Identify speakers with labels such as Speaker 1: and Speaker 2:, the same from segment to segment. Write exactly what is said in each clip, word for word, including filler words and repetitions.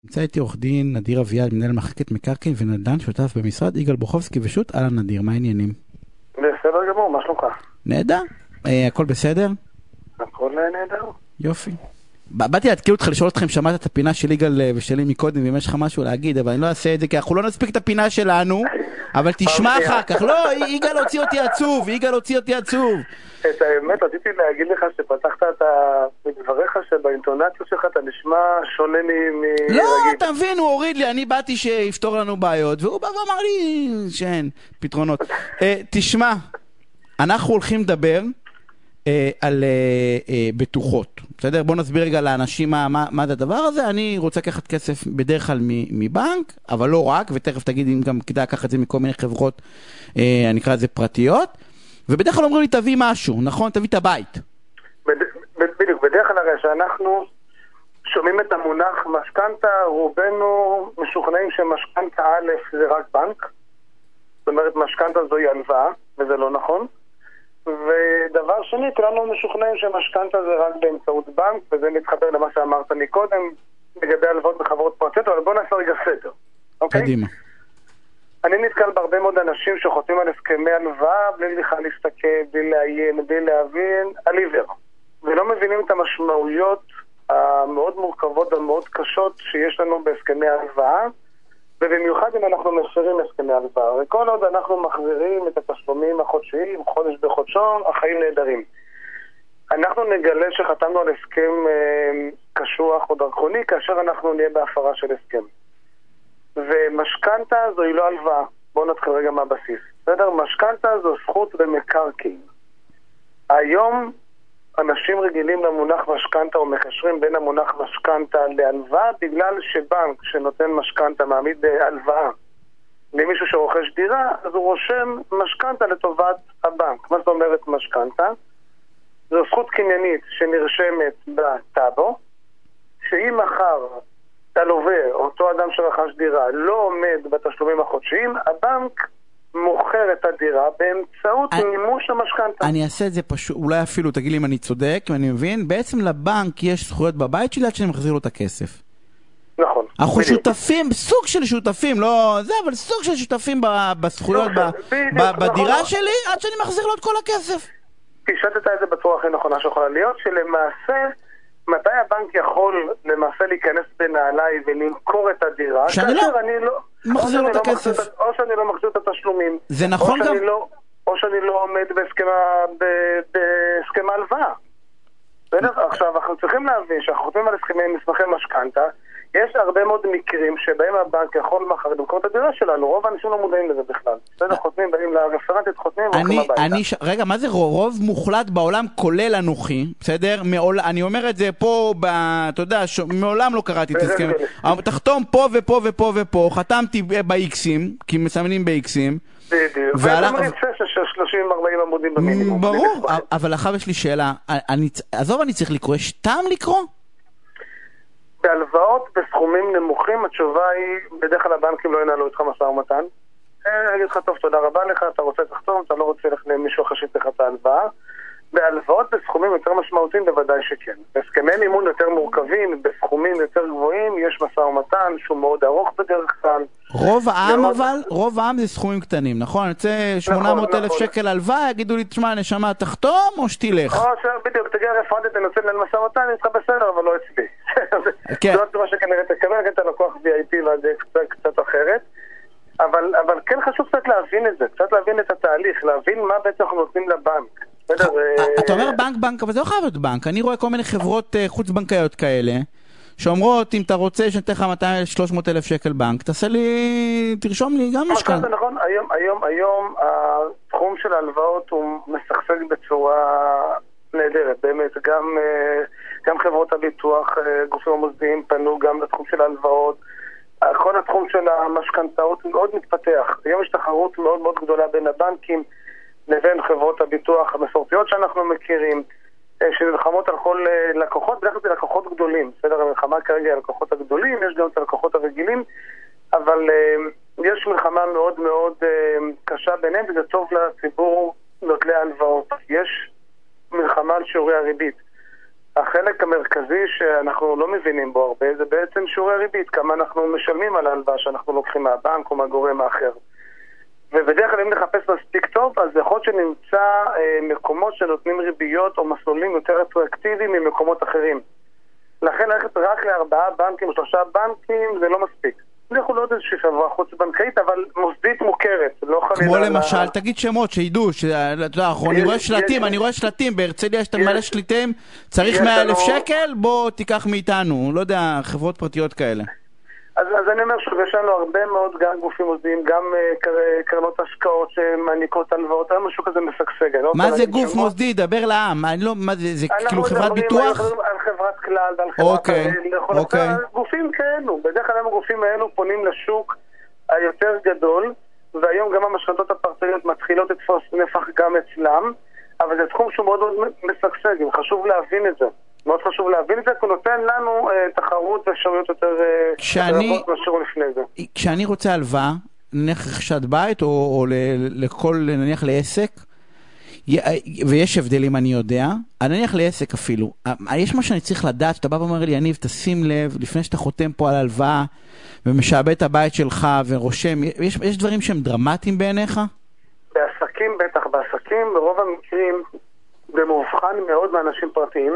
Speaker 1: נמצא איתי עורך דין נדיר אביעד, מנהל מחלקת מקרקעין ונדל"ן, שותף במשרד יגאל בוכובסקי ושות. אהלן נדיר, מה העניינים?
Speaker 2: בסדר גמור, מה שלומך?
Speaker 1: נהדר, אה, הכל בסדר?
Speaker 2: הכל נהדר.
Speaker 1: יופי. באתי להתקיע אותך לשאול אתכם, שמעת את הפינה של יגאל ושלי מקודם, ואם יש לך משהו להגיד, אבל אני לא אעשה את זה, כי אנחנו לא נספיק את הפינה שלנו, אבל תשמע אחר כך. לא, יגאל הוציא אותי עצוב, יגאל הוציא אותי עצוב.
Speaker 2: את האמת, רציתי להגיד לך שפתחת את דבריך שבאינטונציה שלך אתה נשמע שונה מרגיל.
Speaker 1: לא, אתה מבין, הוא הוריד לי, אני באתי שיפתור לנו בעיות, והוא בא ואמר לי שאין פתרונות. תשמע, אנחנו הולכים לדבר על בטוחות. בסדר? בוא נסביר רגע לאנשים מה, מה, מה זה הדבר הזה. אני רוצה לקחת כסף בדרך כלל מבנק, אבל לא רק, ותכף תגיד אם גם כדאי לקחת את זה מכל מיני חברות, אה, אני אקרא את זה פרטיות, ובדרך כלל אומרים לי תביא משהו, נכון? תביא את הבית.
Speaker 2: בדיוק, בדרך כלל הרי שאנחנו שומעים את המונח משכנתה, רובנו משוכנעים שמשכנתה א' זה רק בנק, זאת אומרת משכנתה זוהי הלוואה, וזה לא נכון. ודבר שני, כולנו משוכנעים שמשכנתה זה רק באמצעות בנק, וזה מתחבר למה שאמרת מקודם לגבי הלוואות בחברות פרטיות, אבל בוא נעשה רגע סדר, אוקיי?
Speaker 1: קדימה.
Speaker 2: אני נתקל בהרבה מאוד אנשים שחותמים על הסכמי הלוואה בלי בכלל להסתכל, בלי לעיין, בלי להבין, על עיוור, ולא מבינים את המשמעויות המאוד מורכבות והמאוד קשות שיש לנו בהסכמי הלוואה, ובמיוחד אם אנחנו מפרים הסכמי הלוואה. וכל עוד אנחנו מחזירים את התשלומים החודשיים, חודש בחודשו, החיים נהדרים. אנחנו נגלה שחתמנו על הסכם אה, קשוח או דרכוני, כאשר אנחנו נהיה בהפרה של הסכם. ומשכנתה זוהי לא הלוואה. בואו נתחיל רגע מהבסיס. בסדר? משכנתה זו זכות במקרקעין. היום אנשים רגילים למונח משכנתה או מחשרים בין המונח משכנתה להלוואה, בגלל שבנק שנותן משכנתה מעמיד הלוואה למישהו שרוכש דירה, אז הוא רושם משכנתה לטובת הבנק. מה זאת אומרת משכנתה? זו זכות קניינית שנרשמת בטאבו, שאם מחר הלווה, אותו אדם שרכש דירה, לא עומד בתשלומים החודשיים, הבנק מוכר את הדירה באמצעות מימוש המשכנתה.
Speaker 1: אני אעשה את זה פשוט, אולי אפילו תגיד לי אם אני צודק, ואני מבין, בעצם לבנק יש זכויות בבית שלי עד שאני מחזיר לו את הכסף.
Speaker 2: נכון.
Speaker 1: אנחנו שותפים, סוג של שותפים, לא זה, אבל סוג של שותפים בזכויות בדירה שלי עד שאני מחזיר לו את כל הכסף.
Speaker 2: תשתת את זה בצורה הכי נכונה שיכולה להיות, שלמעשה מתי הבנק יכול למעשה להיכנס בנעליי ולמכור את הדירה?
Speaker 1: שאני לא מחזיר לו את הכסף.
Speaker 2: או שאני לא מחזיר את התשלומים.
Speaker 1: זה נכון גם?
Speaker 2: או שאני לא עומד בהסכמה הלוואה. עכשיו, אנחנו צריכים להבין שאנחנו חותמים על מסמכי משכנתה, יש הרבה מאוד מקרים שבהם הבנק יכול מחר למכור את הדירה שלנו. רוב האנשים לא מודעים לזה בכלל. בסדר, חותמים, באים לרפרנטית, חותמים והולכים הביתה.
Speaker 1: רגע, מה זה רוב מוחלט בעולם כולל אנוכי? בסדר? אני אומר את זה פה, אתה יודע, מעולם לא קראתי את הסכם. תחתום פה ופה ופה ופה, חתמתי באיקסים, כי מסמנים באיקסים.
Speaker 2: בדיוק. ואומרים שלושים ארבעים עמודים במינימום.
Speaker 1: ברור, אבל אחר יש לי שאלה. עזוב, אני צריך לקרוא, יש טעם לקרוא?
Speaker 2: בהלוואות בסכומים נמוכים, התשובה היא, בדרך כלל הבנקים לא ינהלו איתך משא ומתן. אני אגיד לך, טוב, תודה רבה לך, אתה רוצה לחתום, אתה לא רוצה לך למישהו אחר שיתך את ההלוואה. בהלוואות בסכומים יותר משמעותיים בוודאי שכן. בהסכמי מימון יותר מורכבים, בסכומים יותר גבוהים, יש משא ומתן שהוא מאוד ארוך בדרך כלל.
Speaker 1: רוב העם אבל, רוב העם זה סכומים קטנים, נכון? אני רוצה שמונה מאות אלף שקל הלוואה, יגידו לי, תשמע, נשמה, תחתום או שתלך?
Speaker 2: או שבדיוק, תגיע רפרנטית, אני רוצה לנהל משא ומתן, אני צריכה בסדר, אבל לא אצלי. זו התשובה שכנראה תקבל, נגיד את הלקוח וי איי פי ועד קצת אחרת. אבל, אבל כן חשוב קצת להבין את זה, קצת להבין את התהליך, להבין מה בעצם אנחנו נותנים לבנק.
Speaker 1: אתה אומר בנק, בנק, אבל זה לא חייב להיות בנק. אני רואה כל מיני חברות חוץ בנקאיות כאלה, שאומרות, אם אתה רוצה שנתן לך מאתיים שלוש מאות אלף שקל בנק, תעשה לי, תרשום לי גם משכנתה.
Speaker 2: נכון, היום, היום, היום, התחום של ההלוואות הוא משחק בצורה נהדרת, באמת, גם, גם חברות הביטוח, גופים המוסדיים פנו גם לתחום של ההלוואות, כל התחום של המשכנתאות מאוד מתפתח. היום יש תחרות מאוד מאוד גדולה בין הבנקים לבין חברות הביטוח המסורתיות שאנחנו מכירים, שנלחמות על כל לקוחות, בדרך כלל זה לקוחות גדולים. בסדר, המלחמה כרגע על לקוחות הגדולים, יש גם את הלקוחות הרגילים, אבל יש מלחמה מאוד מאוד קשה ביניהם, וזה טוב לציבור נוטלי ההלוואות. יש מלחמה על שיעורי הריבית. החלק המרכזי שאנחנו לא מבינים בו הרבה זה בעצם שיעורי ריבית, כמה אנחנו משלמים על ההלוואה שאנחנו לוקחים מהבנק או מהגורם האחר. ובדרך כלל אם נחפש מספיק טוב, אז יכול להיות שנמצא אה, מקומות שנותנים ריביות או מסלולים יותר אטרקטיביים ממקומות אחרים. לכן ללכת רק לארבעה בנקים או שלושה בנקים זה לא מספיק. זה יכול להיות איזושהי חברה חוץ בנקאית, אבל מוסדית מוכרת. לא
Speaker 1: כמו למשל, תגיד שמות, שידעו, אני רואה שלטים, אני רואה שלטים, בהרצליה שאתה מלא שליטים, צריך מאה אלף שקל, בוא תיקח מאיתנו, לא יודע, חברות פרטיות כאלה.
Speaker 2: אז, אז אני אומר שוב, יש לנו הרבה מאוד גם גופים מוסדיים, גם uh, קרנות השקעות שמעניקות הלוואות, היום משהו כזה משגשג.
Speaker 1: מה זה גוף מוסדי? דבר לעם. לא, מה זה, זה כאילו חברת ביטוח?
Speaker 2: אנחנו מדברים על חברת כלל ועל חברת...
Speaker 1: אוקיי, אוקיי.
Speaker 2: גופים כאלו, בדרך כלל הגופים האלו פונים לשוק היותר גדול, והיום גם המשכנתות הפרטניות מתחילות לתפוס נפח גם אצלם, אבל זה תחום שהוא מאוד מאוד משגשג, חשוב להבין את זה. מאוד חשוב להבין את זה, כי הוא נותן לנו אה, תחרות ואפשרויות יותר רבות מאשר לפני זה.
Speaker 1: כשאני רוצה הלוואה, נניח רכישת בית, או, או ל, לכל, נניח לעסק, ויש הבדלים אני יודע, נניח לעסק אפילו, יש מה שאני צריך לדעת, שאתה בא ואומר לי, יניב, תשים לב, לפני שאתה חותם פה על הלוואה, ומשעבד את הבית שלך, ורושם, יש, יש דברים שהם דרמטיים בעיניך?
Speaker 2: בעסקים, בטח, בעסקים, ברוב המקרים, במובחן מאוד מאנשים פרטיים,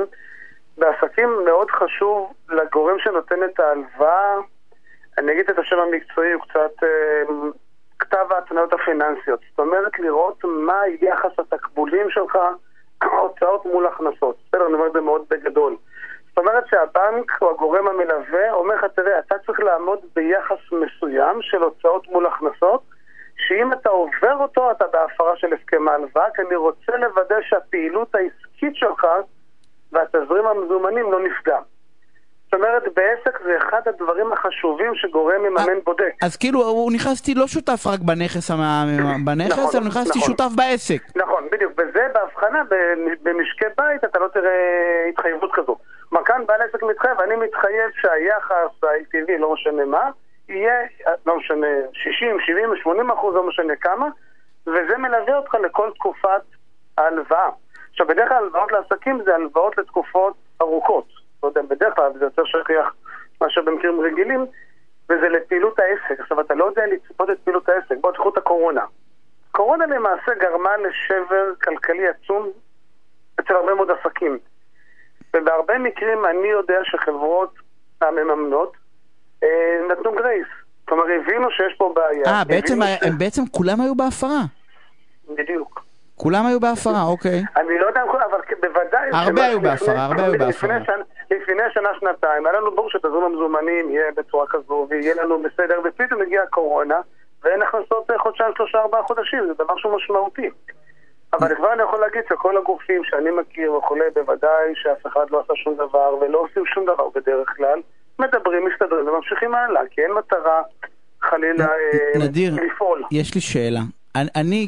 Speaker 2: בעסקים מאוד חשוב לגורם שנותן את ההלוואה, אני אגיד את השם המקצועי, הוא קצת אה, כתב ההתניות הפיננסיות. זאת אומרת, לראות מה יחס התקבולים שלך, הוצאות מול הכנסות. בסדר, אני אומר את זה מאוד בגדול. זאת אומרת שהבנק או הגורם המלווה אומר לך, תראה, אתה צריך לעמוד ביחס מסוים של הוצאות מול הכנסות, שאם אתה עובר אותו, אתה בהפרה של הסכם ההלוואה, כי אני רוצה לוודא שהפעילות העסקית שלך והתזרים המזומנים לא נפגע. זאת אומרת, בעסק זה אחד הדברים החשובים שגורם מממן בודק.
Speaker 1: אז כאילו, הוא נכנסתי לא שותף רק בנכס, בנכס, אלא נכנסתי שותף בעסק.
Speaker 2: נכון, בדיוק. וזה בהבחנה, במשקי בית, אתה לא תראה התחייבות כזו. מכאן בעל עסק מתחייב, אני מתחייב שהיחס ה-אל טי וי, לא משנה מה, יהיה, לא משנה, שישים, שבעים, שמונים אחוז, לא משנה כמה, וזה מלווה אותך לכל תקופת ההלוואה. עכשיו, בדרך כלל הלוואות לעסקים זה הלוואות לתקופות ארוכות. לא יודע, בדרך כלל זה יותר שכיח מאשר במקרים רגילים, וזה לפעילות העסק. עכשיו, אתה לא יודע לצפות את פעילות העסק. בוא תקחו את הקורונה. קורונה למעשה גרמה לשבר כלכלי עצום אצל הרבה מאוד עסקים. ובהרבה מקרים אני יודע שחברות המממנות אה, נתנו גרייס. כלומר, הבינו שיש פה בעיה.
Speaker 1: אה, בעצם,
Speaker 2: ש...
Speaker 1: הם בעצם כולם היו בהפרה.
Speaker 2: בדיוק.
Speaker 1: כולם היו בהפרה, אוקיי.
Speaker 2: אני לא יודע, אבל בוודאי...
Speaker 1: הרבה היו בהפרה, הרבה היו בהפרה.
Speaker 2: לפני שנה, שנתיים, היה לנו ברור שתזרים המזומנים יהיה בצורה כזו, ויהיה לנו בסדר, ופתאום הגיעה הקורונה, ואין הכנסות חודשיים, שלושה, ארבעה חודשים, זה דבר שהוא משמעותי. אבל כבר אני יכול להגיד שכל הגופים שאני מכיר וכולי, בוודאי שאף אחד לא עשה שום דבר, ולא עושים שום דבר בדרך כלל, מדברים, מסתדרים וממשיכים הלאה, כי אין מטרה חלילה
Speaker 1: נדיר,
Speaker 2: לפעול.
Speaker 1: יש לי שאלה. אני,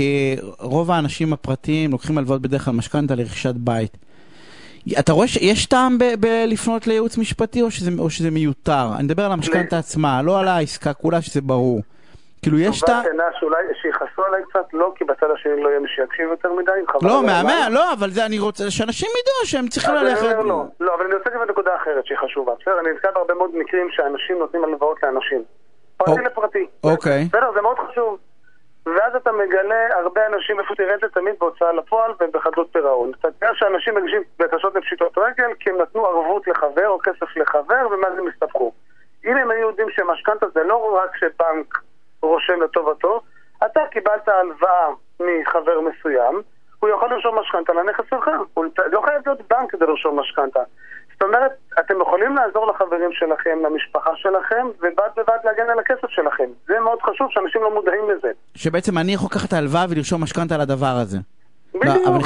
Speaker 1: כרוב האנשים הפרטיים, לוקחים הלוואות בדרך כלל משכנתא לרכישת בית. אתה רואה שיש טעם בלפנות לייעוץ משפטי או שזה, או שזה מיותר? אני מדבר על המשכנתא עצמה, לא על העסקה כולה שזה ברור. כאילו יש טעם...
Speaker 2: טובה שנה שאולי שיחסו עליי קצת, לא, כי בצד השני לא יהיה מי שיקשיב יותר מדי.
Speaker 1: לא, מהמאה, לא, אבל זה אני רוצה, שאנשים ידעו שהם צריכים ללכת...
Speaker 2: לא, לא, אבל אני רוצה גם נקודה אחרת שהיא חשובה. בסדר, אני נזכר בהרבה מאוד מקרים שאנשים נותנים הלוואות לאנשים. פרטי לפרטי.
Speaker 1: אוקיי.
Speaker 2: בסדר, זה מאוד חשוב. ואז אתה מגלה הרבה אנשים איפה תראה את זה תמיד בהוצאה לפועל ובחדלות פירעון. אתה יודע שאנשים מגישים בקשות לפשיטות רגל כי הם נתנו ערבות לחבר או כסף לחבר ומה זה מסתבכו. אם הם היו יודעים שמשכנתא זה לא רק שבנק רושם לטובתו, אתה קיבלת הלוואה מחבר מסוים, הוא יכול לרשום משכנתא לנכס שלך. הוא לא חייב להיות בנק כדי לרשום משכנתא. זאת אומרת, אתם יכולים לעזור לחברים שלכם, למשפחה שלכם, ובד בבד להגן על הכסף שלכם. זה מאוד חשוב שאנשים לא מודעים לזה.
Speaker 1: שבעצם אני יכול לקחת ההלוואה ולרשום משכנתא על הדבר הזה.
Speaker 2: בדיוק,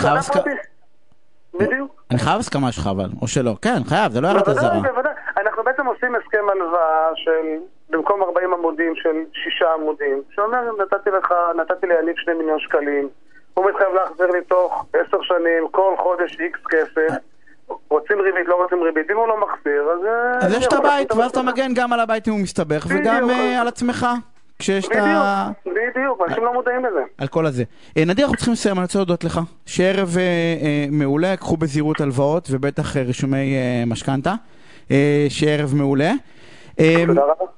Speaker 2: בדיוק.
Speaker 1: אני חייב הסכמה שלך אבל, או שלא. כן, חייב, זה לא הערת הזרה.
Speaker 2: בוודאי, אנחנו בעצם עושים הסכם הלוואה של, במקום ארבעים עמודים של שישה עמודים, שאומר, נתתי לך, נתתי ליניב שני מיליון שקלים, הוא מתחייב להחזיר לי תוך עשר שנים, כל חודש איקס כסף, רוצים ריבית, לא רוצים ריבית, אם הוא לא מחזיר, אז...
Speaker 1: אז יש את הבית, ואז אתה מגן גם על הבית אם הוא מסתבך, וגם על עצמך. כשיש את ה...
Speaker 2: בדיוק, בדיוק, אנשים לא מודעים לזה.
Speaker 1: על כל הזה. נדיר, אנחנו צריכים לסיים, אני רוצה להודות לך. שערב מעולה, קחו בזהירות הלוואות, ובטח רישומי משכנתה. שערב מעולה.
Speaker 2: תודה רבה.